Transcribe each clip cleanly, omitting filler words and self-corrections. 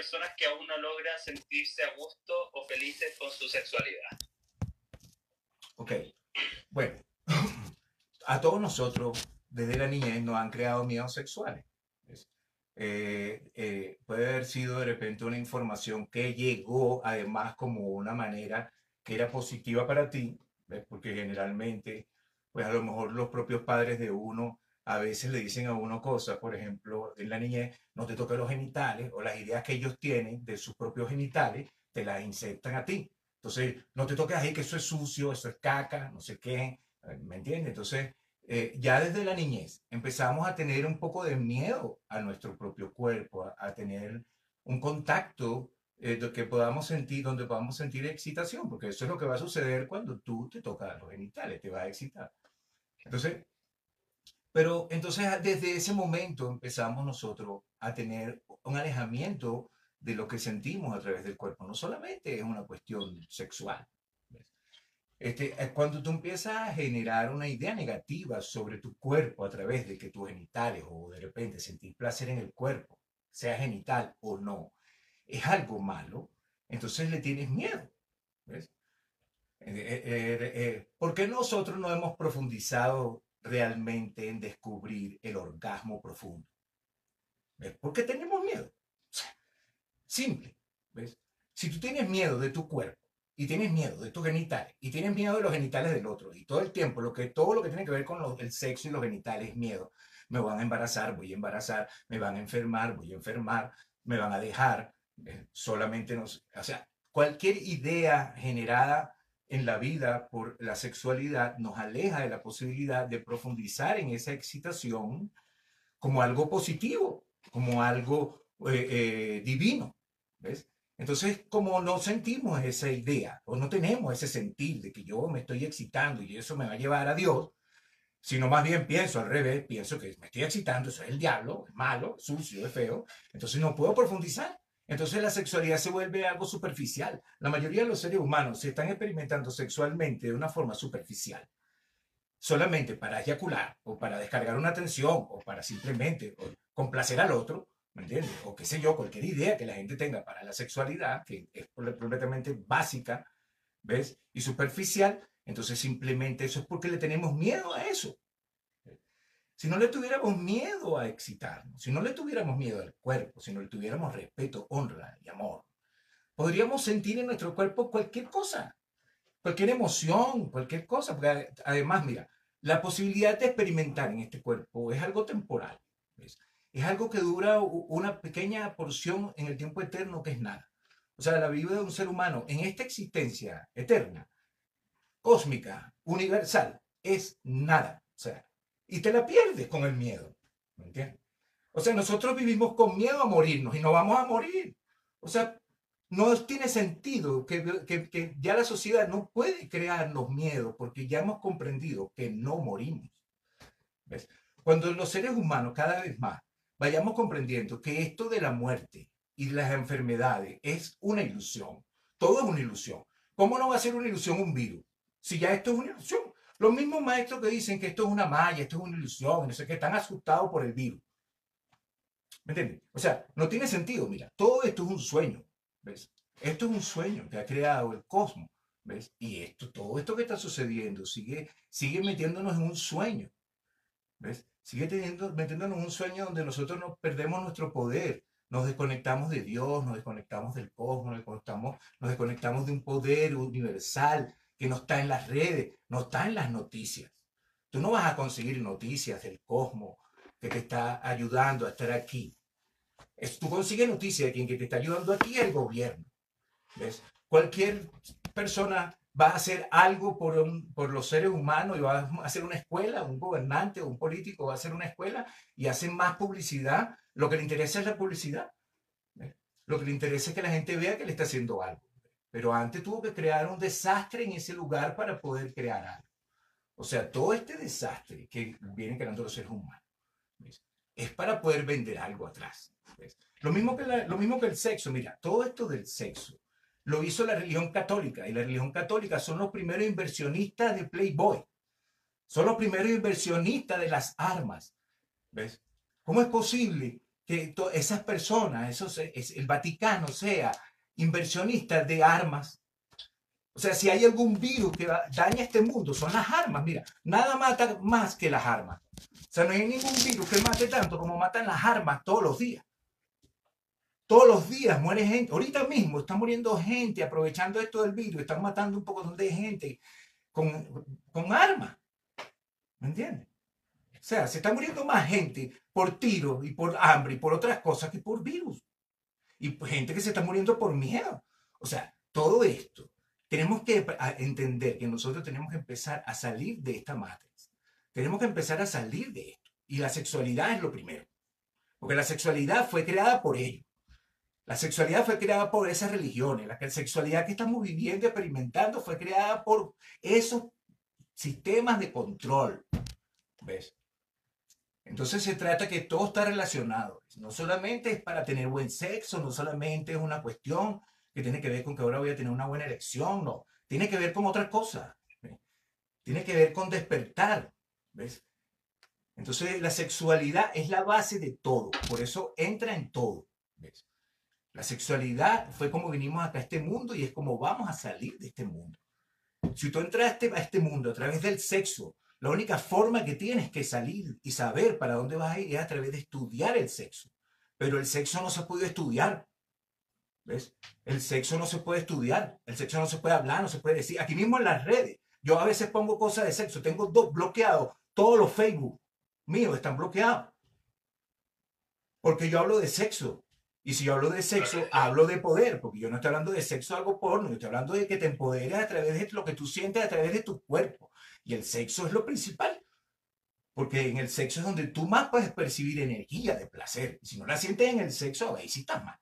personas que aún no logran sentirse a gusto o felices con su sexualidad? Ok, bueno, a todos nosotros, desde la niñez, nos han creado miedos sexuales. ¿Ves? Puede haber sido de repente una información que llegó además como una manera que era positiva para ti, ¿ves? Porque generalmente, pues a lo mejor los propios padres de uno a veces le dicen a uno cosas, por ejemplo, en la niñez, no te toques los genitales, o las ideas que ellos tienen de sus propios genitales, te las insertan a ti. Entonces, no te toques ahí, que eso es sucio, eso es caca, no sé qué, ¿me entiendes? Entonces, ya desde la niñez empezamos a tener un poco de miedo a nuestro propio cuerpo, a tener un contacto que podamos sentir, donde podamos sentir excitación, porque eso es lo que va a suceder cuando tú te tocas los genitales, te va a excitar. Entonces, pero entonces desde ese momento empezamos nosotros a tener un alejamiento de lo que sentimos a través del cuerpo. No solamente es una cuestión sexual. ¿Ves? Cuando tú empiezas a generar una idea negativa sobre tu cuerpo a través de que tus genitales o de repente sentir placer en el cuerpo, sea genital o no, es algo malo, entonces le tienes miedo. ¿Ves? ¿Por qué nosotros no hemos profundizado realmente en descubrir el orgasmo profundo? ¿Ves? Porque tenemos miedo. Simple. ¿Ves? Si tú tienes miedo de tu cuerpo y tienes miedo de tus genitales y tienes miedo de los genitales del otro y todo el tiempo todo lo que tiene que ver con el sexo y los genitales es miedo. Me van a embarazar, voy a embarazar, me van a enfermar, voy a enfermar, me van a dejar. Solamente nos, o sea, cualquier idea generada en la vida por la sexualidad nos aleja de la posibilidad de profundizar en esa excitación como algo positivo, como algo divino. ¿Ves? Entonces, como no sentimos esa idea o no tenemos ese sentir de que yo me estoy excitando y eso me va a llevar a Dios, sino más bien pienso al revés, pienso que me estoy excitando, eso es el diablo, es malo, es sucio, es feo, entonces no puedo profundizar. Entonces la sexualidad se vuelve algo superficial. La mayoría de los seres humanos se están experimentando sexualmente de una forma superficial, solamente para eyacular o para descargar una tensión o para simplemente complacer al otro, ¿me entiendes? O qué sé yo, cualquier idea que la gente tenga para la sexualidad, que es completamente básica, ¿ves? Y superficial, entonces simplemente eso es porque le tenemos miedo a eso. Si no le tuviéramos miedo a excitarnos, si no le tuviéramos miedo al cuerpo, si no le tuviéramos respeto, honra y amor, podríamos sentir en nuestro cuerpo cualquier cosa, cualquier emoción, cualquier cosa, porque además, mira, la posibilidad de experimentar en este cuerpo es algo temporal, ¿ves? Es algo que dura una pequeña porción en el tiempo eterno que es nada. O sea, la vida de un ser humano en esta existencia eterna, cósmica, universal, es nada. O sea, y te la pierdes con el miedo, ¿me entiendes? O sea, nosotros vivimos con miedo a morirnos y no vamos a morir. O sea, no tiene sentido que ya la sociedad no puede crearnos miedo porque ya hemos comprendido que no morimos. ¿Ves? Cuando los seres humanos cada vez más vayamos comprendiendo que esto de la muerte y las enfermedades es una ilusión, todo es una ilusión. ¿Cómo no va a ser una ilusión un virus? Si ya esto es una ilusión. Los mismos maestros que dicen que esto es una malla, esto es una ilusión, no sé qué, están asustados por el virus. ¿Me entiendes? O sea, no tiene sentido, mira, todo esto es un sueño, ¿ves? Esto es un sueño que ha creado el cosmos, ¿ves? Y todo esto que está sucediendo sigue metiéndonos en un sueño, ¿ves? Metiéndonos en un sueño donde nosotros nos perdemos nuestro poder, nos desconectamos de Dios, nos desconectamos del cosmos, nos desconectamos de un poder universal que no está en las redes, no está en las noticias. Tú no vas a conseguir noticias del cosmos que te está ayudando a estar aquí. Tú consigues noticias de quien que te está ayudando aquí es el gobierno. ¿Ves? Cualquier persona va a hacer algo por los seres humanos y va a hacer una escuela, un gobernante o un político va a hacer una escuela y hacen más publicidad. Lo que le interesa es la publicidad. ¿Ves? Lo que le interesa es que la gente vea que le está haciendo algo. Pero antes tuvo que crear un desastre en ese lugar para poder crear algo. O sea, todo este desastre que vienen creando los seres humanos, ¿ves? Es para poder vender algo atrás. ¿Ves? Lo mismo que el sexo. Mira, todo esto del sexo lo hizo la religión católica. Y la religión católica son los primeros inversionistas de Playboy. Son los primeros inversionistas de las armas. ¿Ves? ¿Cómo es posible que esas personas, el Vaticano sea inversionista de armas. O sea, si hay algún virus que daña este mundo, son las armas. Mira, nada mata más que las armas. O sea, no hay ningún virus que mate tanto como matan las armas todos los días. Todos los días muere gente. Ahorita mismo está muriendo gente aprovechando esto del virus. Están matando un poco de gente con armas. ¿Me entiendes? O sea, se está muriendo más gente por tiros y por hambre y por otras cosas que por virus. Y gente que se está muriendo por miedo. O sea, todo esto. Tenemos que entender que nosotros tenemos que empezar a salir de esta matriz. Tenemos que empezar a salir de esto. Y la sexualidad es lo primero. Porque la sexualidad fue creada por ellos. La sexualidad fue creada por esas religiones. La sexualidad que estamos viviendo, experimentando, fue creada por esos sistemas de control. ¿Ves? Entonces se trata que todo está relacionado. No solamente es para tener buen sexo, no solamente es una cuestión que tiene que ver con que ahora voy a tener una buena elección, no. Tiene que ver con otra cosa. ¿Ves? Tiene que ver con despertar. ¿Ves? Entonces la sexualidad es la base de todo. Por eso entra en todo. ¿Ves? La sexualidad fue como vinimos acá a este mundo y es como vamos a salir de este mundo. Si tú entraste a este mundo a través del sexo, la única forma que tienes que salir y saber para dónde vas a ir es a través de estudiar el sexo. Pero el sexo no se puede estudiar. ¿Ves? El sexo no se puede estudiar. El sexo no se puede hablar, no se puede decir. Aquí mismo en las redes, yo a veces pongo cosas de sexo. Tengo bloqueados. Todos los Facebook míos están bloqueados. Porque yo hablo de sexo. Y si yo hablo de sexo, hablo de poder, porque yo no estoy hablando de sexo algo porno, yo estoy hablando de que te empoderes a través de lo que tú sientes, a través de tu cuerpo. Y el sexo es lo principal, porque en el sexo es donde tú más puedes percibir energía de placer. Si no la sientes en el sexo, ahí sí estás mal.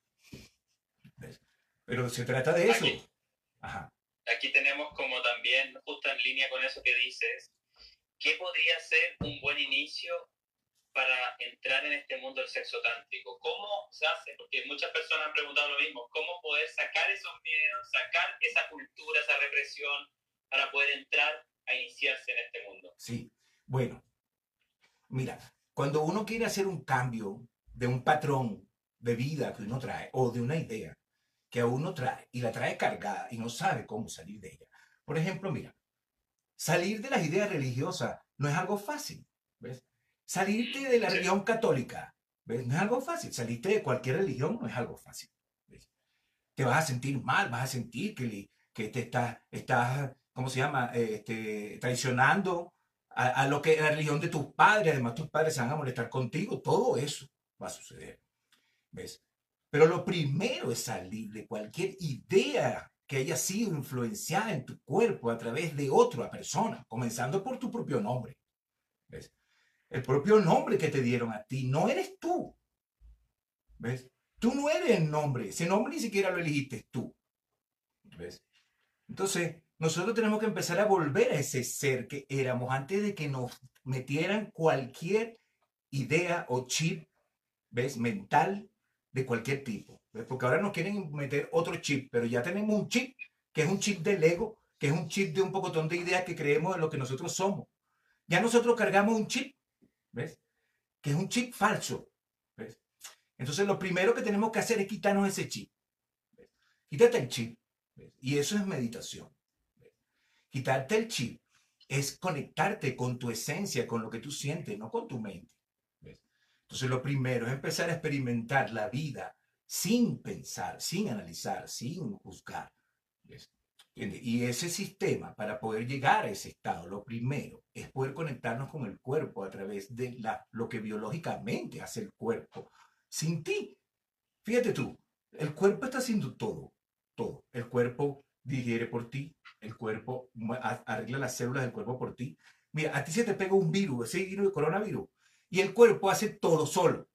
¿Ves? Pero se trata de eso. Ajá. Aquí tenemos como también, justo en línea con eso que dices, ¿qué podría ser un buen inicio para entrar en este mundo del sexo tántrico? ¿Cómo se hace? Porque muchas personas han preguntado lo mismo. ¿Cómo poder sacar esos miedos, sacar esa cultura, esa represión, para poder entrar a iniciarse en este mundo? Sí, bueno, mira, cuando uno quiere hacer un cambio de un patrón de vida que uno trae o de una idea que a uno trae y la trae cargada y no sabe cómo salir de ella. Por ejemplo, mira, salir de las ideas religiosas no es algo fácil, ¿ves? Salirte de la religión católica, ¿ves? No es algo fácil. Salirte de cualquier religión no es algo fácil, ¿ves? Te vas a sentir mal, vas a sentir que te estás, ¿cómo se llama? Traicionando a lo que la religión de tus padres. Además, tus padres se van a molestar contigo. Todo eso va a suceder, ¿ves? Pero lo primero es salir de cualquier idea que haya sido influenciada en tu cuerpo a través de otra persona, comenzando por tu propio nombre. ¿Ves? El propio nombre que te dieron a ti, no eres tú. ¿Ves? Tú no eres el nombre, ese nombre ni siquiera lo elegiste tú. ¿Ves? Entonces, nosotros tenemos que empezar a volver a ese ser que éramos antes de que nos metieran cualquier idea o chip, ¿ves? Mental de cualquier tipo. ¿Ves? Porque ahora nos quieren meter otro chip, pero ya tenemos un chip, que es un chip del ego, que es un chip de un pocotón de ideas que creemos en lo que nosotros somos. Ya nosotros cargamos un chip, ¿ves? Que es un chip falso, ¿ves? Entonces lo primero que tenemos que hacer es quitarnos ese chip. ¿Ves? Quítate el chip, ¿ves? Y eso es meditación. ¿Ves? Quitarte el chip es conectarte con tu esencia, con lo que tú sientes, no con tu mente. ¿Ves? Entonces lo primero es empezar a experimentar la vida sin pensar, sin analizar, sin juzgar. ¿Ves? Y ese sistema, para poder llegar a ese estado, lo primero es poder conectarnos con el cuerpo a través de lo que biológicamente hace el cuerpo sin ti. Fíjate tú, el cuerpo está haciendo todo, todo. El cuerpo digiere por ti, el cuerpo arregla las células del cuerpo por ti. Mira, a ti se te pega un virus, ese virus de coronavirus, y el cuerpo hace todo solo.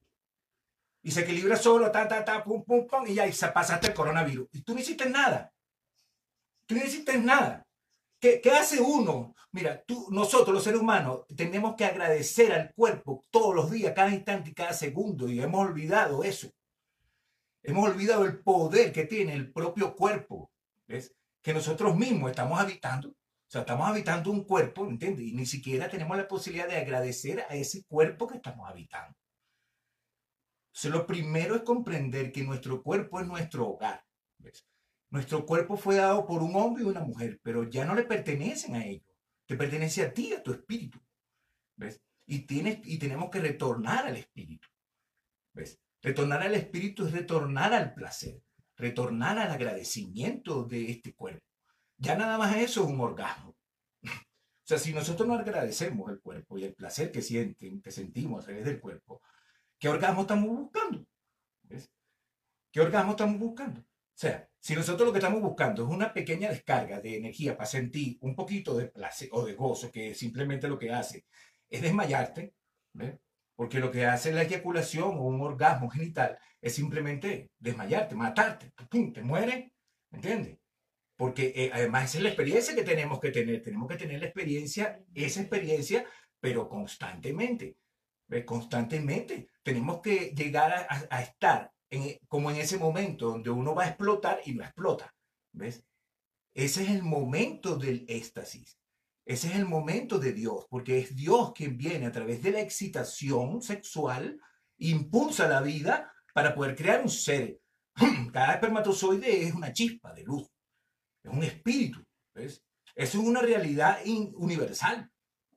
Y se equilibra solo, pum, pum, pum, y ya, y se pasaste el coronavirus. Y tú no hiciste nada. Tú no hiciste nada. ¿Qué hace uno? Mira, nosotros los seres humanos tenemos que agradecer al cuerpo todos los días, cada instante y cada segundo, y hemos olvidado eso. Hemos olvidado el poder que tiene el propio cuerpo, ¿ves? Que nosotros mismos estamos habitando. O sea, estamos habitando un cuerpo, ¿entiendes? Y ni siquiera tenemos la posibilidad de agradecer a ese cuerpo que estamos habitando. Entonces, lo primero es comprender que nuestro cuerpo es nuestro hogar. ¿Ves? Nuestro cuerpo fue dado por un hombre y una mujer, pero ya no le pertenecen a ellos. Te pertenece a ti, a tu espíritu. ¿Ves? Y tenemos que retornar al espíritu. ¿Ves? Retornar al espíritu es retornar al placer, retornar al agradecimiento de este cuerpo. Ya nada más eso es un orgasmo. O sea, si nosotros no agradecemos el cuerpo y el placer que sienten, que sentimos a través del cuerpo, ¿qué orgasmo estamos buscando? ¿Ves? ¿Qué orgasmo estamos buscando? O sea, si nosotros lo que estamos buscando es una pequeña descarga de energía para sentir un poquito de placer o de gozo, que simplemente lo que hace es desmayarte, ¿ves? Porque lo que hace la eyaculación o un orgasmo genital es simplemente desmayarte, matarte, ¡pum! Te mueres, ¿entiendes? Porque además esa es la experiencia que tenemos que tener la experiencia, esa experiencia, pero constantemente, ¿ves? Constantemente. Tenemos que llegar a estar como en ese momento donde uno va a explotar y no explota, ¿ves? Ese es el momento del éxtasis. Ese es el momento de Dios, porque es Dios quien viene a través de la excitación sexual, impulsa la vida para poder crear un ser. Cada espermatozoide es una chispa de luz, es un espíritu, ¿ves? Eso es una realidad universal,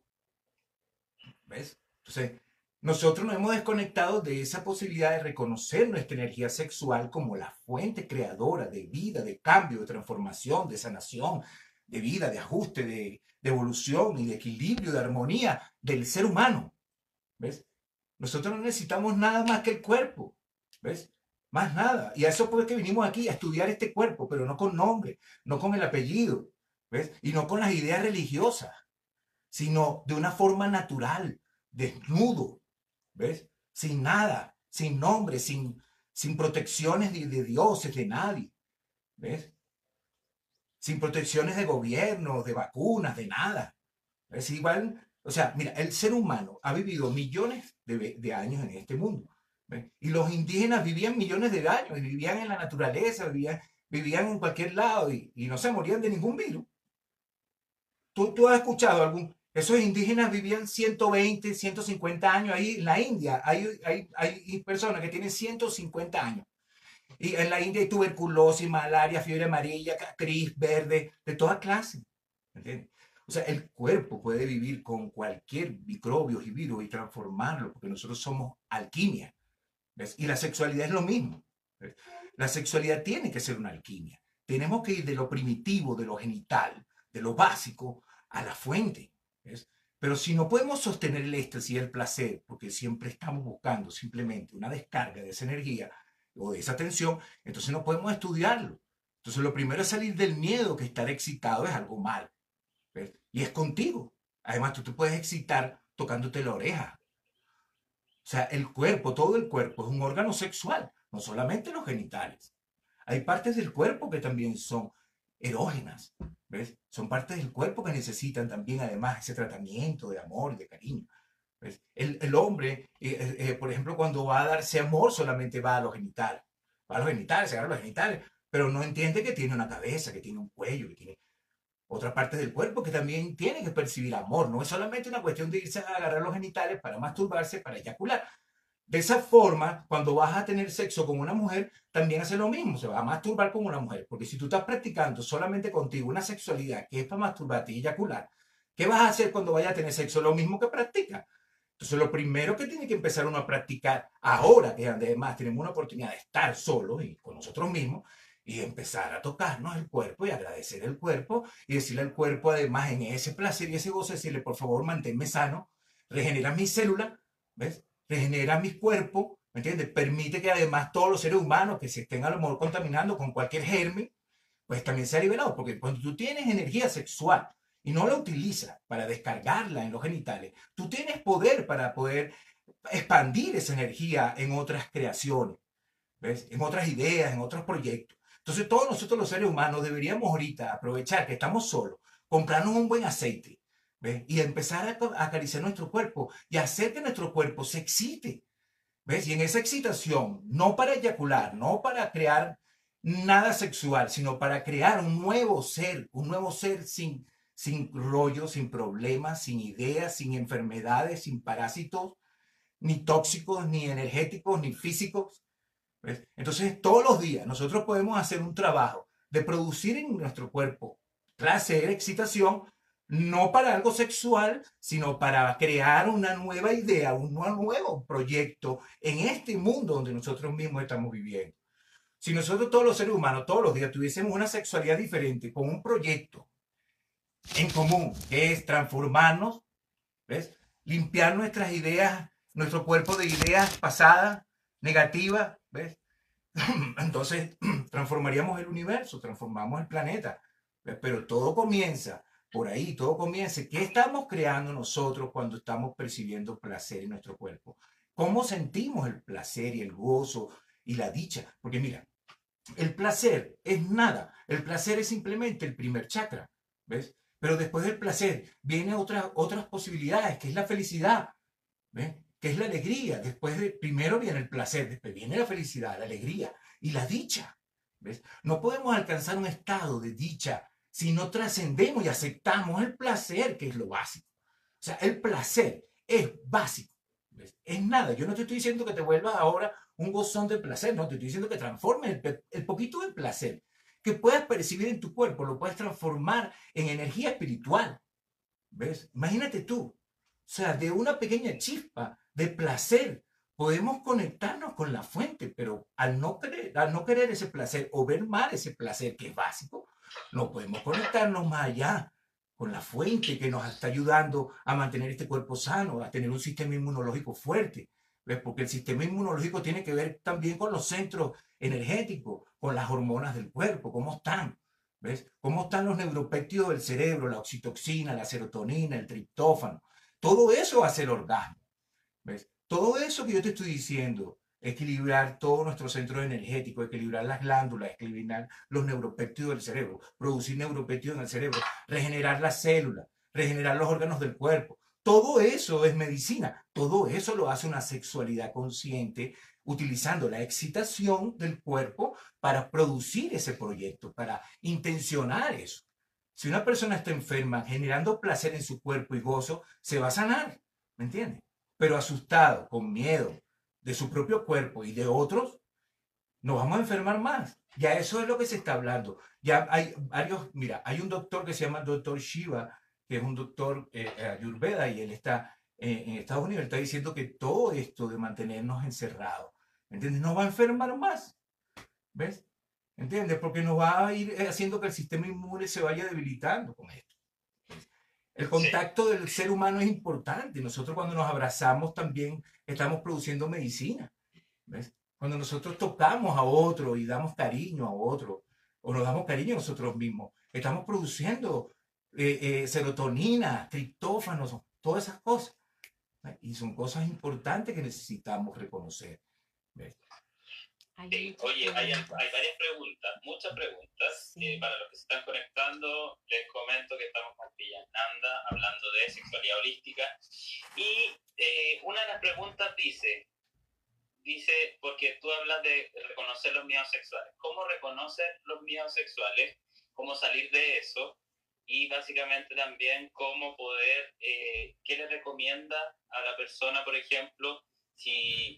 ¿ves? Entonces, nosotros nos hemos desconectado de esa posibilidad de reconocer nuestra energía sexual como la fuente creadora de vida, de cambio, de transformación, de sanación, de vida, de ajuste, de evolución y de equilibrio, de armonía del ser humano, ¿ves? Nosotros no necesitamos nada más que el cuerpo, ¿ves? Más nada. Y a eso es que vinimos aquí, a estudiar este cuerpo, pero no con nombre, no con el apellido, ¿ves? Y no con las ideas religiosas, sino de una forma natural, desnudo, ¿ves? Sin nada, sin nombre, sin protecciones de dioses, de nadie, ¿ves? Sin protecciones de gobierno, de vacunas, de nada. Es igual, o sea, mira, el ser humano ha vivido millones de años en este mundo. ¿Ves? Y los indígenas vivían millones de años, y vivían en la naturaleza, vivían en cualquier lado y no se morían de ningún virus. ¿Tú has escuchado algún? Esos indígenas vivían 120, 150 años ahí en la India. Hay personas que tienen 150 años. Y en la India hay tuberculosis, malaria, fiebre amarilla, cris, verde, de toda clase. ¿Entiendes? O sea, el cuerpo puede vivir con cualquier microbio y virus y transformarlo, porque nosotros somos alquimia. ¿Ves? Y la sexualidad es lo mismo. ¿Ves? La sexualidad tiene que ser una alquimia. Tenemos que ir de lo primitivo, de lo genital, de lo básico, a la fuente. ¿Ves? Pero si no podemos sostener el éxtasis y el placer, porque siempre estamos buscando simplemente una descarga de esa energía o de esa tensión, entonces no podemos estudiarlo. Entonces lo primero es salir del miedo, que estar excitado es algo mal. ¿Ves? Y es contigo. Además, tú te puedes excitar tocándote la oreja. O sea, el cuerpo, todo el cuerpo es un órgano sexual, no solamente los genitales. Hay partes del cuerpo que también son erógenas, ¿ves? Son partes del cuerpo que necesitan también, además, ese tratamiento de amor, de cariño. ¿Ves? El hombre, por ejemplo, cuando va a darse amor, solamente va a los genitales. Va a los genitales, se agarra los genitales, pero no entiende que tiene una cabeza, que tiene un cuello, que tiene otra parte del cuerpo que también tiene que percibir amor. No es solamente una cuestión de irse a agarrar los genitales para masturbarse, para eyacular. De esa forma, cuando vas a tener sexo con una mujer, también hace lo mismo, se va a masturbar con una mujer. Porque si tú estás practicando solamente contigo una sexualidad que es para masturbarte y eyacular, ¿qué vas a hacer cuando vayas a tener sexo? Lo mismo que practicas. Entonces, lo primero que tiene que empezar uno a practicar ahora, que además tenemos una oportunidad de estar solos y con nosotros mismos, y empezar a tocarnos el cuerpo y agradecer el cuerpo y decirle al cuerpo, además, en ese placer y ese gozo, decirle, por favor, manténme sano, regenera mis células, ¿ves? Regenera mi cuerpo, ¿me entiendes? Permite que además todos los seres humanos que se estén a lo mejor contaminando con cualquier germen, pues también sea liberado, porque cuando tú tienes energía sexual y no la utilizas para descargarla en los genitales, tú tienes poder para poder expandir esa energía en otras creaciones, ¿ves? En otras ideas, en otros proyectos. Entonces todos nosotros los seres humanos deberíamos ahorita aprovechar que estamos solos, comprarnos un buen aceite, ¿ves? Y empezar a acariciar nuestro cuerpo y hacer que nuestro cuerpo se excite, ¿ves? Y en esa excitación, no para eyacular, no para crear nada sexual, sino para crear un nuevo ser sin rollo, sin problemas, sin ideas, sin enfermedades, sin parásitos, ni tóxicos, ni energéticos, ni físicos. ¿Ves? Entonces, todos los días nosotros podemos hacer un trabajo de producir en nuestro cuerpo placer, excitación, no para algo sexual, sino para crear una nueva idea, un nuevo proyecto en este mundo donde nosotros mismos estamos viviendo. Si nosotros todos los seres humanos, todos los días, tuviésemos una sexualidad diferente, con un proyecto en común, que es transformarnos, ¿ves? Limpiar nuestras ideas, nuestro cuerpo de ideas pasadas, negativas, ¿ves? Entonces transformaríamos el universo, transformamos el planeta. ¿Ves? Pero todo comienza por ahí, todo comienza. ¿Qué estamos creando nosotros cuando estamos percibiendo placer en nuestro cuerpo? ¿Cómo sentimos el placer y el gozo y la dicha? Porque mira, el placer es nada. El placer es simplemente el primer chakra, ¿ves? Pero después del placer vienen otras posibilidades, que es la felicidad, ¿ves? Que es la alegría. Primero viene el placer, después viene la felicidad, la alegría y la dicha, ¿ves? No podemos alcanzar un estado de dicha si no trascendemos y aceptamos el placer, que es lo básico. O sea, el placer es básico, ¿ves? Es nada. Yo no te estoy diciendo que te vuelvas ahora un gozón de placer, no, te estoy diciendo que transformes el poquito de placer que puedas percibir en tu cuerpo, lo puedes transformar en energía espiritual, ¿ves? Imagínate tú, o sea, de una pequeña chispa de placer podemos conectarnos con la fuente, pero al no querer ese placer o ver mal ese placer que es básico, no podemos conectarnos más allá con la fuente que nos está ayudando a mantener este cuerpo sano, a tener un sistema inmunológico fuerte. ¿Ves? Porque el sistema inmunológico tiene que ver también con los centros energéticos, con las hormonas del cuerpo, cómo están. ¿Ves? ¿Cómo están los neuropéptidos del cerebro, la oxitoxina, la serotonina, el triptófano? Todo eso hace el orgasmo. ¿Ves? Todo eso que yo te estoy diciendo, equilibrar todos nuestros centros energéticos, equilibrar las glándulas, equilibrar los neuropéptidos del cerebro, producir neuropéptidos en el cerebro, regenerar las células, regenerar los órganos del cuerpo. Todo eso es medicina. Todo eso lo hace una sexualidad consciente utilizando la excitación del cuerpo para producir ese proyecto, para intencionar eso. Si una persona está enferma, generando placer en su cuerpo y gozo, se va a sanar, ¿me entiendes? Pero asustado, con miedo de su propio cuerpo y de otros, nos vamos a enfermar más. Ya eso es lo que se está hablando. Ya hay varios, mira, hay un doctor que se llama doctor Shiva, que es un doctor Ayurveda, y él está en Estados Unidos, él está diciendo que todo esto de mantenernos encerrados, ¿entiendes? Nos va a enfermar más, ¿ves? ¿Entiendes? Porque nos va a ir haciendo que el sistema inmune se vaya debilitando con esto. El Sí. contacto del ser humano es importante. Nosotros cuando nos abrazamos también estamos produciendo medicina. ¿Ves? Cuando nosotros tocamos a otro y damos cariño a otro, o nos damos cariño a nosotros mismos, estamos produciendo serotonina, triptófanos, todas esas cosas. ¿Ves? Y son cosas importantes que necesitamos reconocer. ¿Ves? Sí, oye, hay varias preguntas, muchas preguntas. Sí. Para los que se están conectando, les comento que estamos con Villananda hablando de sexualidad holística. Y una de las preguntas dice, porque tú hablas de reconocer los miedos sexuales. ¿Cómo reconocer los miedos sexuales? ¿Cómo salir de eso? Y básicamente también cómo poder, ¿qué le recomienda a la persona, por ejemplo, si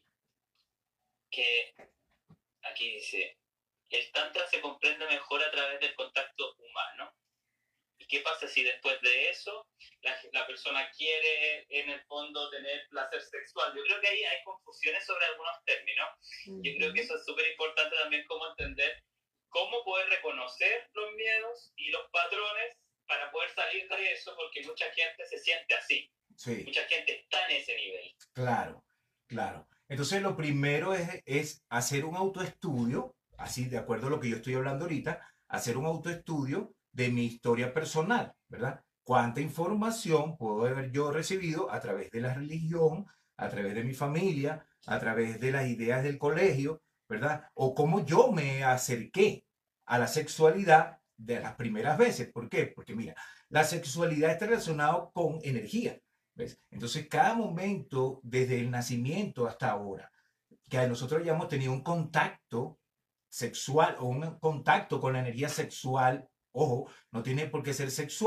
que aquí dice, el tantra se comprende mejor a través del contacto humano? ¿Y qué pasa si después de eso la persona quiere en el fondo tener placer sexual? Yo creo que ahí hay confusiones sobre algunos términos. Yo creo que eso es súper importante también, cómo entender cómo poder reconocer los miedos y los patrones para poder salir de eso, porque mucha gente se siente así. Sí. Mucha gente está en ese nivel. Claro, claro. Entonces lo primero es hacer un autoestudio, así de acuerdo a lo que yo estoy hablando ahorita, hacer un autoestudio de mi historia personal, ¿verdad? ¿Cuánta información puedo haber yo recibido a través de la religión, a través de mi familia, a través de las ideas del colegio, ¿verdad? O cómo yo me acerqué a la sexualidad de las primeras veces. ¿Por qué? Porque mira, la sexualidad está relacionada con energía. ¿Ves? Entonces, cada momento, desde el nacimiento hasta ahora, que nosotros ya hemos tenido un contacto sexual o un contacto con la energía sexual, ojo, no tiene por qué ser sexual,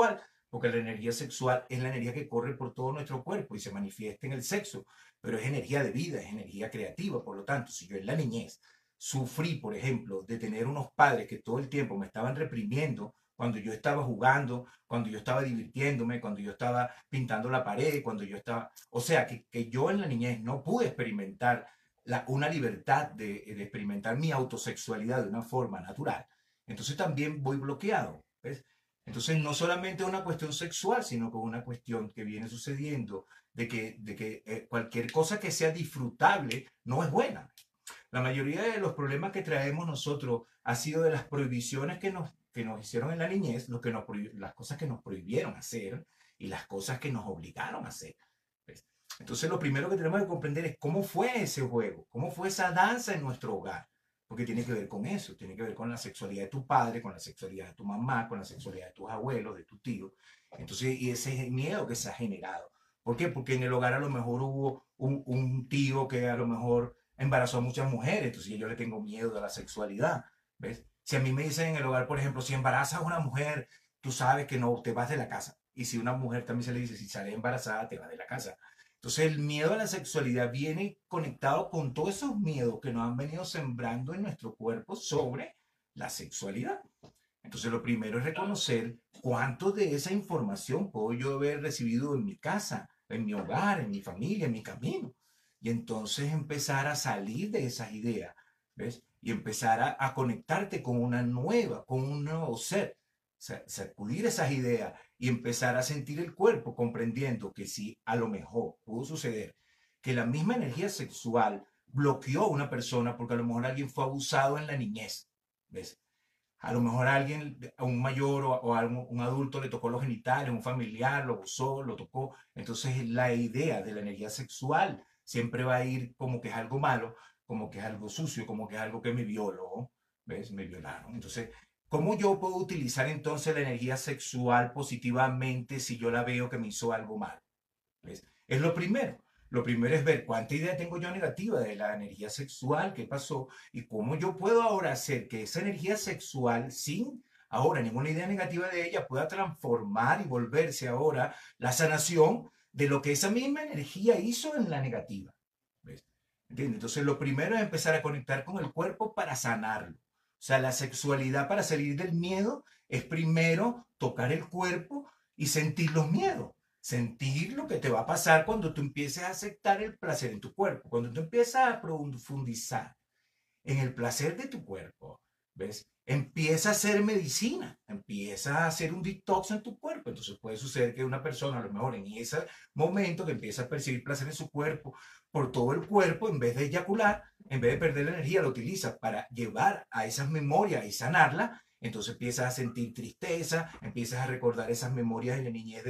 porque la energía sexual es la energía que corre por todo nuestro cuerpo y se manifiesta en el sexo, pero es energía de vida, es energía creativa. Por lo tanto, si yo en la niñez sufrí, por ejemplo, de tener unos padres que todo el tiempo me estaban reprimiendo cuando yo estaba jugando, cuando yo estaba divirtiéndome, cuando yo estaba pintando la pared, cuando yo estaba... O sea, que yo en la niñez no pude experimentar una libertad de experimentar mi autosexualidad de una forma natural, entonces también voy bloqueado. ¿Ves? Entonces no solamente es una cuestión sexual, sino que es una cuestión que viene sucediendo de que cualquier cosa que sea disfrutable no es buena. La mayoría de los problemas que traemos nosotros ha sido de las prohibiciones que nos hicieron en la niñez, las cosas que nos prohibieron hacer y las cosas que nos obligaron a hacer. ¿Ves? Entonces lo primero que tenemos que comprender es cómo fue ese juego, cómo fue esa danza en nuestro hogar. Porque tiene que ver con eso, tiene que ver con la sexualidad de tu padre, con la sexualidad de tu mamá, con la sexualidad de tus abuelos, de tu tío. Entonces, y ese es el miedo que se ha generado. ¿Por qué? Porque en el hogar a lo mejor hubo un tío que a lo mejor embarazó a muchas mujeres, entonces yo le tengo miedo a la sexualidad. ¿Ves? Si a mí me dicen en el hogar, por ejemplo, si embarazas a una mujer, tú sabes que no te vas de la casa. Y si una mujer también se le dice, si sale embarazada, te vas de la casa. Entonces el miedo a la sexualidad viene conectado con todos esos miedos que nos han venido sembrando en nuestro cuerpo sobre la sexualidad. Entonces lo primero es reconocer cuánto de esa información puedo yo haber recibido en mi casa, en mi hogar, en mi familia, en mi camino. Y entonces empezar a salir de esas ideas, ¿ves? Y empezar a conectarte con una nueva, con un nuevo ser. Sacudir esas ideas y empezar a sentir el cuerpo, comprendiendo que si a lo mejor pudo suceder que la misma energía sexual bloqueó a una persona porque a lo mejor alguien fue abusado en la niñez, ¿ves? A lo mejor a alguien, a un mayor o a un adulto le tocó los genitales, un familiar lo abusó, lo tocó. Entonces la idea de la energía sexual siempre va a ir como que es algo malo, como que es algo sucio, como que es algo que me violó, ¿ves? Me violaron. Entonces, ¿cómo yo puedo utilizar entonces la energía sexual positivamente si yo la veo que me hizo algo malo? ¿Ves? Es lo primero. Lo primero es ver cuánta idea tengo yo negativa de la energía sexual, qué pasó y cómo yo puedo ahora hacer que esa energía sexual, sin ahora ninguna idea negativa de ella, pueda transformar y volverse ahora la sanación de lo que esa misma energía hizo en la negativa. ¿Ves? ¿Entiendes? Entonces lo primero es empezar a conectar con el cuerpo para sanarlo. O sea, la sexualidad para salir del miedo es primero tocar el cuerpo y sentir los miedos. Sentir lo que te va a pasar cuando tú empieces a aceptar el placer en tu cuerpo, cuando tú empiezas a profundizar en el placer de tu cuerpo, ¿ves? Empieza a hacer medicina, empieza a hacer un detox en tu cuerpo. Entonces puede suceder que una persona, a lo mejor en ese momento que empieza a percibir placer en su cuerpo, por todo el cuerpo, en vez de eyacular, en vez de perder la energía, lo utiliza para llevar a esas memorias y sanarla. Entonces empiezas a sentir tristeza, empiezas a recordar esas memorias de la niñez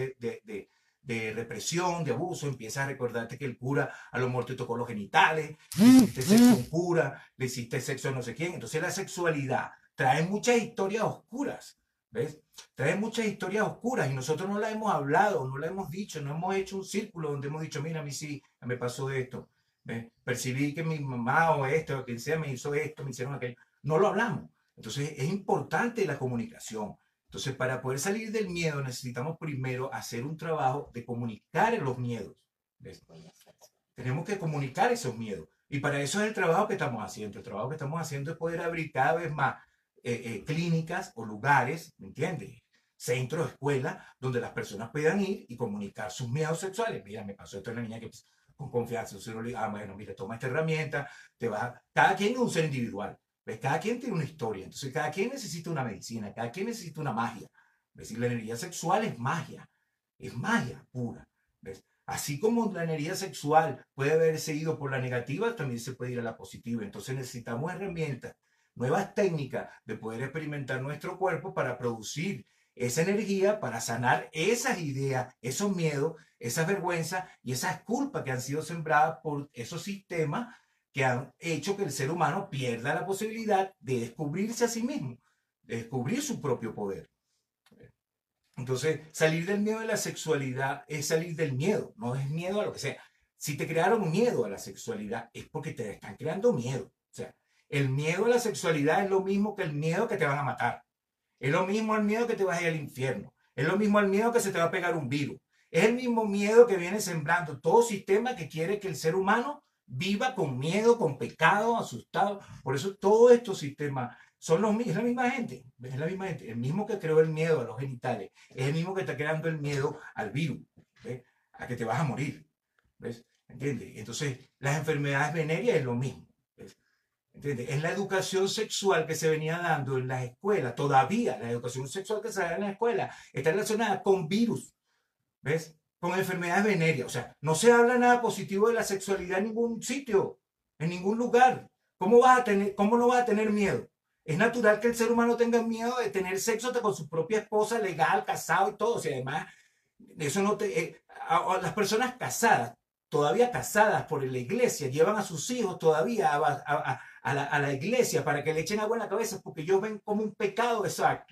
de represión, de abuso, empiezas a recordarte que el cura a lo mejor te tocó los genitales, le hiciste sexo a un cura, le hiciste sexo a no sé quién. Entonces la sexualidad trae muchas historias oscuras, ¿ves? Trae muchas historias oscuras y nosotros no la hemos hablado, no la hemos dicho, no hemos hecho un círculo donde hemos dicho, mira, a mí sí, me pasó esto, ¿ves? Percibí que mi mamá o esto, o quien sea, me hizo esto, me hicieron aquello. No lo hablamos. Entonces es importante la comunicación. Entonces, para poder salir del miedo necesitamos primero hacer un trabajo de comunicar los miedos. ¿Ves? Tenemos que comunicar esos miedos. Y para eso es el trabajo que estamos haciendo. El trabajo que estamos haciendo es poder abrir cada vez más clínicas o lugares, ¿me entiendes? Centros, escuelas, donde las personas puedan ir y comunicar sus miedos sexuales. Mira, me pasó esto en la niña que con confianza. Bueno, mira, toma esta herramienta, te va. Cada quien es un ser individual. ¿Ves? Cada quien tiene una historia, entonces cada quien necesita una medicina, cada quien necesita una magia. ¿Ves? Y la energía sexual es magia pura. ¿Ves? Así como la energía sexual puede haberse ido por la negativa, también se puede ir a la positiva. Entonces necesitamos herramientas, nuevas técnicas de poder experimentar nuestro cuerpo para producir esa energía, para sanar esas ideas, esos miedos, esas vergüenzas y esas culpas que han sido sembradas por esos sistemas que han hecho que el ser humano pierda la posibilidad de descubrirse a sí mismo, de descubrir su propio poder. Entonces, salir del miedo de la sexualidad es salir del miedo, no es miedo a lo que sea. Si te crearon miedo a la sexualidad es porque te están creando miedo. O sea, el miedo a la sexualidad es lo mismo que el miedo que te van a matar. Es lo mismo el miedo que te vas a ir al infierno. Es lo mismo al miedo que se te va a pegar un virus. Es el mismo miedo que viene sembrando todo sistema que quiere que el ser humano viva con miedo, con pecado, asustado. Por eso todos estos sistemas son los mismos, es la misma gente, es la misma gente. El mismo que creó el miedo a los genitales, es el mismo que está creando el miedo al virus, ¿ves? A que te vas a morir, ¿ves? ¿Entiendes? Entonces, las enfermedades venéreas es lo mismo, ¿ves? ¿Entiendes? Es la educación sexual que se venía dando en las escuelas, todavía la educación sexual que se da en la escuela está relacionada con virus, ¿ves? Con enfermedades venéreas. O sea, no se habla nada positivo de la sexualidad en ningún sitio, en ningún lugar. ¿Cómo no vas a tener miedo? Es natural que el ser humano tenga miedo de tener sexo con su propia esposa legal, casado y todo. O sea, además, eso no te. A las personas casadas, todavía casadas por la iglesia, llevan a sus hijos todavía a la iglesia para que le echen agua en la cabeza porque ellos ven como un pecado ese acto.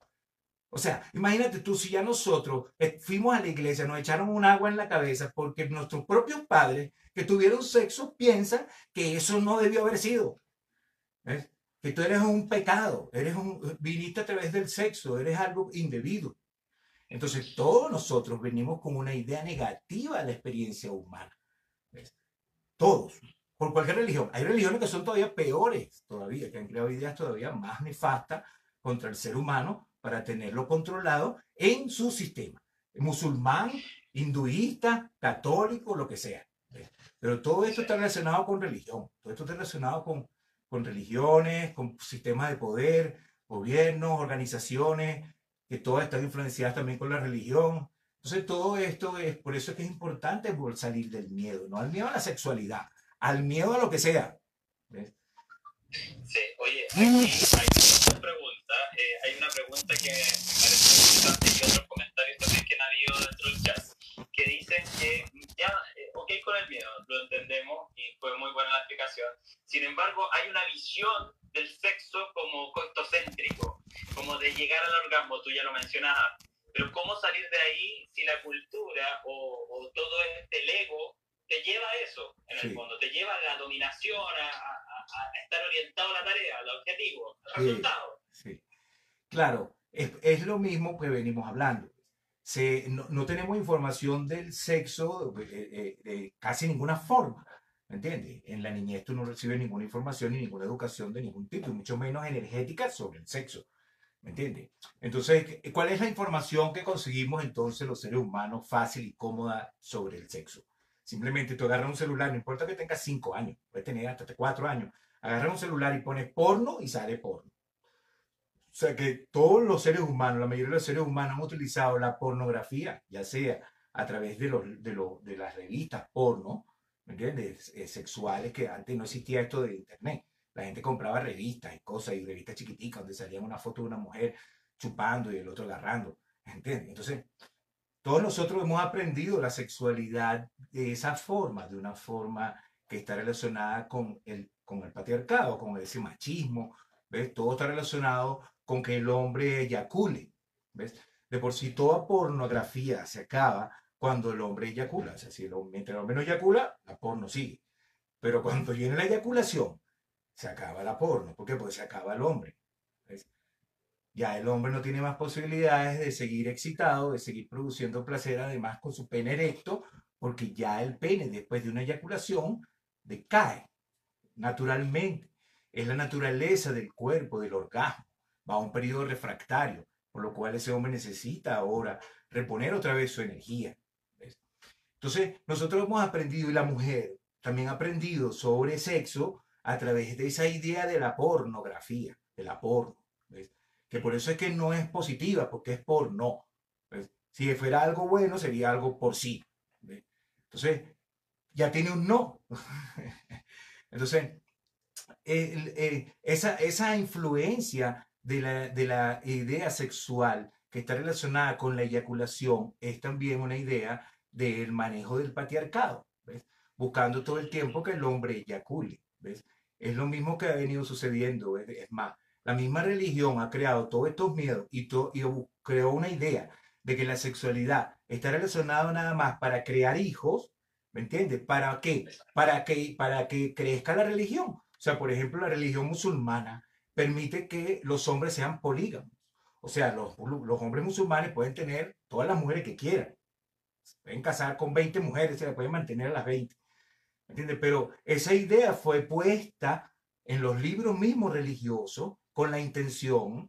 O sea, imagínate tú si ya nosotros fuimos a la iglesia, nos echaron un agua en la cabeza porque nuestros propios padres que tuvieron sexo piensan que eso no debió haber sido. ¿Ves? Que tú eres un pecado, viniste a través del sexo, eres algo indebido. Entonces todos nosotros venimos con una idea negativa de la experiencia humana. ¿Ves? Todos, por cualquier religión. Hay religiones que son todavía peores, todavía, que han creado ideas todavía más nefastas contra el ser humano para tenerlo controlado en su sistema. Musulmán, hinduista, católico, lo que sea. ¿Ves? Pero todo esto está relacionado con religión, todo esto está relacionado con religiones, con sistemas de poder, gobiernos, organizaciones, que todas están influenciadas también con la religión. Entonces todo esto es, por eso es que es importante salir del miedo, no al miedo a la sexualidad, al miedo a lo que sea. ¿Ves? Sí, oye, aquí hay muchas preguntas. Hay una pregunta que me parece interesante y otros comentarios también que han habido dentro del chat que dicen que ya, ok con el miedo, lo entendemos y fue muy buena la explicación. Sin embargo, hay una visión del sexo como costocéntrico, como de llegar al orgasmo, tú ya lo mencionabas. Pero ¿cómo salir de ahí si la cultura o todo el ego te lleva a eso, en el fondo? Te lleva a la dominación, a estar orientado a la tarea, al objetivo, al resultado. Sí. Claro, es lo mismo que venimos hablando. No tenemos información del sexo de casi ninguna forma, ¿me entiendes? En la niñez tú no recibes ninguna información ni ninguna educación de ningún tipo, y mucho menos energética sobre el sexo, ¿me entiendes? Entonces, ¿cuál es la información que conseguimos entonces los seres humanos fácil y cómoda sobre el sexo? Simplemente tú agarras un celular, no importa que tengas 5 años, puedes tener hasta 4 años, agarras un celular y pones porno y sale porno. O sea que todos los seres humanos, la mayoría de los seres humanos han utilizado la pornografía, ya sea a través de las revistas porno, ¿me entiendes? Sexuales, que antes no existía esto de internet. La gente compraba revistas y cosas, y revistas chiquiticas donde salían una foto de una mujer chupando y el otro agarrando, ¿entiendes? Entonces, todos nosotros hemos aprendido la sexualidad de esa forma, de una forma que está relacionada con el patriarcado, con ese machismo, ¿ves? Todo está relacionado con que el hombre eyacule, ¿ves? De por sí toda pornografía se acaba cuando el hombre eyacula. O sea, mientras el hombre no eyacula, la porno sigue. Pero cuando viene la eyaculación, se acaba la porno. ¿Por qué? Porque se acaba el hombre. ¿Ves? Ya el hombre no tiene más posibilidades de seguir excitado, de seguir produciendo placer, además con su pene erecto, porque ya el pene, después de una eyaculación, decae naturalmente. Es la naturaleza del cuerpo, del orgasmo. Va a un periodo refractario, por lo cual ese hombre necesita ahora reponer otra vez su energía. ¿Ves? Entonces, nosotros hemos aprendido, y la mujer también ha aprendido sobre sexo a través de esa idea de la pornografía, de la porno. ¿Ves? Que por eso es que no es positiva, porque es porno. ¿Ves? Si fuera algo bueno, sería algo por sí. ¿Ves? Entonces, ya tiene un no. Entonces, esa influencia de la idea sexual que está relacionada con la eyaculación es también una idea del manejo del patriarcado, ¿ves? Buscando todo el tiempo que el hombre eyacule, ¿ves? Es lo mismo que ha venido sucediendo, ¿ves? Es más, la misma religión ha creado todos estos miedos y creó una idea de que la sexualidad está relacionada nada más para crear hijos, ¿me entiendes? ¿Para qué? Para que crezca la religión. O sea, por ejemplo, la religión musulmana permite que los hombres sean polígamos. O sea, los hombres musulmanes pueden tener todas las mujeres que quieran. Se pueden casar con 20 mujeres, se las pueden mantener a las 20. ¿Entiendes? Pero esa idea fue puesta en los libros mismos religiosos con la intención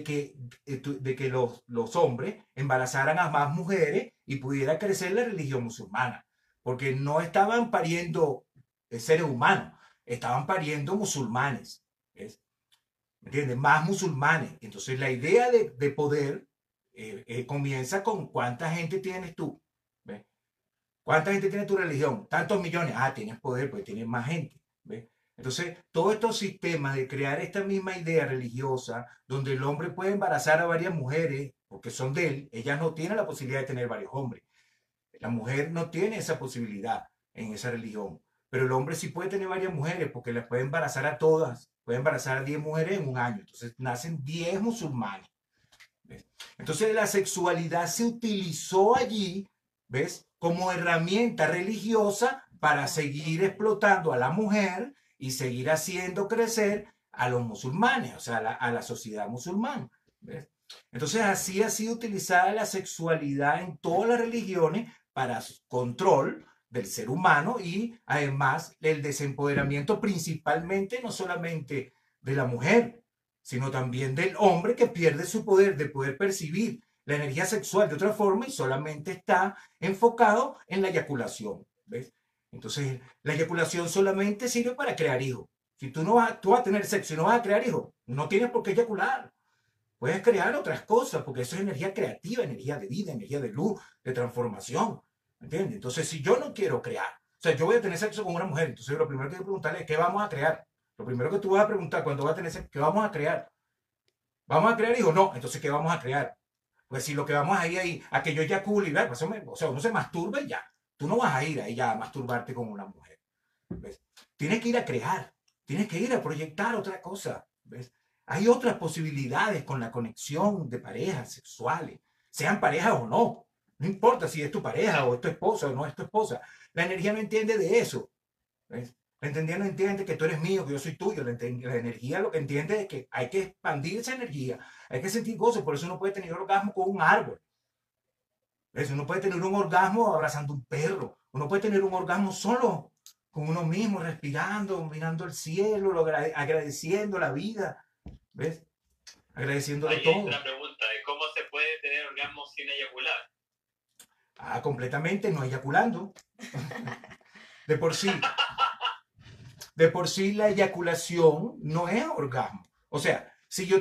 de que los hombres embarazaran a más mujeres y pudiera crecer la religión musulmana. Porque no estaban pariendo seres humanos, estaban pariendo musulmanes. ¿Ves? ¿Me entiendes? Más musulmanes. Entonces la idea de poder comienza con cuánta gente tienes tú. ¿Ves? ¿Cuánta gente tiene tu religión? Tantos millones. Ah, tienes poder, pues tienes más gente. ¿Ves? Entonces, todos estos sistemas de crear esta misma idea religiosa, donde el hombre puede embarazar a varias mujeres, porque son de él, ellas no tienen la posibilidad de tener varios hombres. La mujer no tiene esa posibilidad en esa religión. Pero el hombre sí puede tener varias mujeres, porque las puede embarazar a todas. Puede embarazar a 10 mujeres en un año. Entonces, nacen 10 musulmanes. ¿Ves? Entonces la sexualidad se utilizó allí, ¿ves? Como herramienta religiosa para seguir explotando a la mujer y seguir haciendo crecer a los musulmanes, o sea, a la sociedad musulmana. ¿Ves? Entonces así ha sido utilizada la sexualidad en todas las religiones para control del ser humano y además el desempoderamiento principalmente no solamente de la mujer, sino también del hombre que pierde su poder de poder percibir la energía sexual de otra forma y solamente está enfocado en la eyaculación. ¿Ves? Entonces, la eyaculación solamente sirve para crear hijos. Si tú vas a tener sexo y no vas a crear hijos, no tienes por qué eyacular. Puedes crear otras cosas, porque eso es energía creativa, energía de vida, energía de luz, de transformación. ¿Entiendes? Entonces, si yo no quiero crear, o sea, yo voy a tener sexo con una mujer, entonces lo primero que hay que preguntarle es qué vamos a crear. Lo primero que tú vas a preguntar cuando vas a tener sexo, ¿qué vamos a crear? ¿Vamos a crear hijos? No. Entonces, ¿qué vamos a crear? Pues si lo que vamos a ir ahí, a que yo eyacule y ver, pues, o sea, uno se masturba y ya. Tú no vas a ir ahí ya a masturbarte con una mujer. ¿Ves? Tienes que ir a crear, tienes que ir a proyectar otra cosa. ¿Ves? Hay otras posibilidades con la conexión de parejas sexuales, sean parejas o no. No importa si es tu pareja o es tu esposa o no es tu esposa. La energía no entiende de eso. ¿Ves? La energía no entiende que tú eres mío, que yo soy tuyo. La energía lo que entiende es que hay que expandir esa energía, hay que sentir gozo. Por eso uno puede tener orgasmo con un árbol. ¿Ves? Uno puede tener un orgasmo abrazando un perro. Uno puede tener un orgasmo solo con uno mismo, respirando, mirando el cielo, agradeciendo la vida. ¿Ves? Agradeciéndolo Ahí hay todo. una pregunta de cómo se puede tener orgasmo sin eyacular. Ah, completamente, no eyaculando. De por sí, de por sí la eyaculación no es orgasmo. O sea,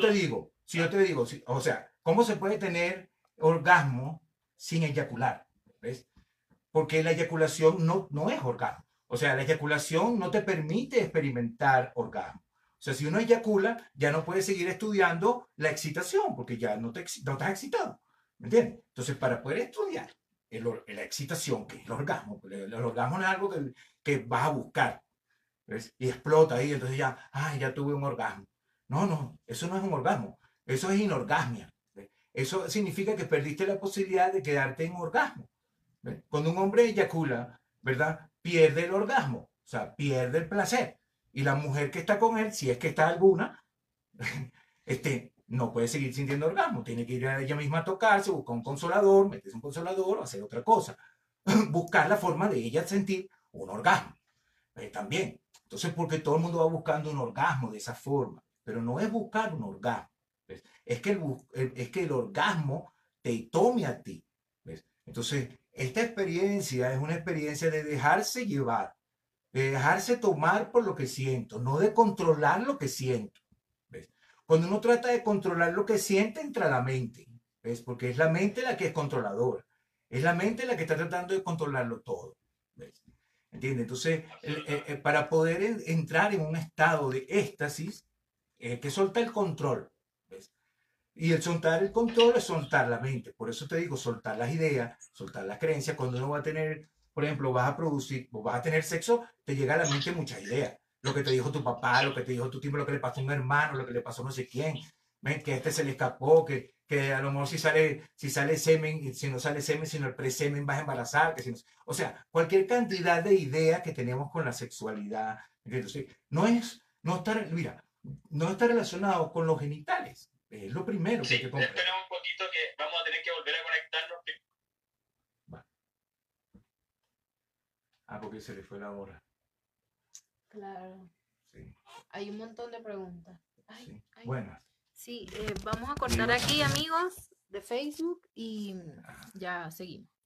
o sea, ¿cómo se puede tener orgasmo sin eyacular? ¿Ves? Porque la eyaculación no es orgasmo. O sea, la eyaculación no te permite experimentar orgasmo. O sea, si uno eyacula, ya no puede seguir estudiando la excitación, porque ya no estás excitado. ¿Me entiendes? Entonces, para poder estudiar la excitación, que es el orgasmo, el orgasmo no es algo que vas a buscar. ¿Ves? Y explota ahí, entonces ya, ay, ya tuve un orgasmo. No, no, eso no es un orgasmo, eso es inorgasmia. ¿Ves? Eso significa que perdiste la posibilidad de quedarte en orgasmo. ¿Ves? Cuando un hombre eyacula, ¿verdad? Pierde el orgasmo, o sea, pierde el placer. Y la mujer que está con él, si es que está alguna, no puede seguir sintiendo orgasmo, tiene que ir a ella misma a tocarse, buscar un consolador, meterse un consolador o hacer otra cosa. Buscar la forma de ella sentir un orgasmo. También. Entonces, porque todo el mundo va buscando un orgasmo de esa forma, pero no es buscar un orgasmo. ¿Ves? Es que el orgasmo te tome a ti. ¿Ves? Entonces, esta experiencia es una experiencia de dejarse llevar, de dejarse tomar por lo que siento, no de controlar lo que siento. ¿Ves? Cuando uno trata de controlar lo que siente, entra la mente. ¿Ves? Porque es la mente la que es controladora. Es la mente la que está tratando de controlarlo todo. ¿Ves? ¿Entiendes? Entonces, Absolutamente. para poder entrar en un estado de éxtasis, que soltar el control. ¿Ves? Y el soltar el control es soltar la mente. Por eso te digo, soltar las ideas, soltar las creencias. Cuando uno va a tener, por ejemplo, vas a producir, o vas a tener sexo, te llega a la mente muchas ideas. Lo que te dijo tu papá, lo que te dijo tu tío, lo que le pasó a un hermano, lo que le pasó a no sé quién. ¿Ven? Que a este se le escapó, que a lo mejor si sale semen, si no sale semen, sino el presemen vas a embarazar. Que si no, o sea, cualquier cantidad de ideas que tenemos con la sexualidad. Entonces, no está relacionado con los genitales. Es lo primero que hay que comprar. Espera un poquito que vamos a tener que volver a conectarnos. Va. Porque se le fue la hora. Claro. Sí. Hay un montón de preguntas. Ay, Sí. ay. Buenas. Sí, vamos a cortar aquí, amigos, de Facebook y ya seguimos.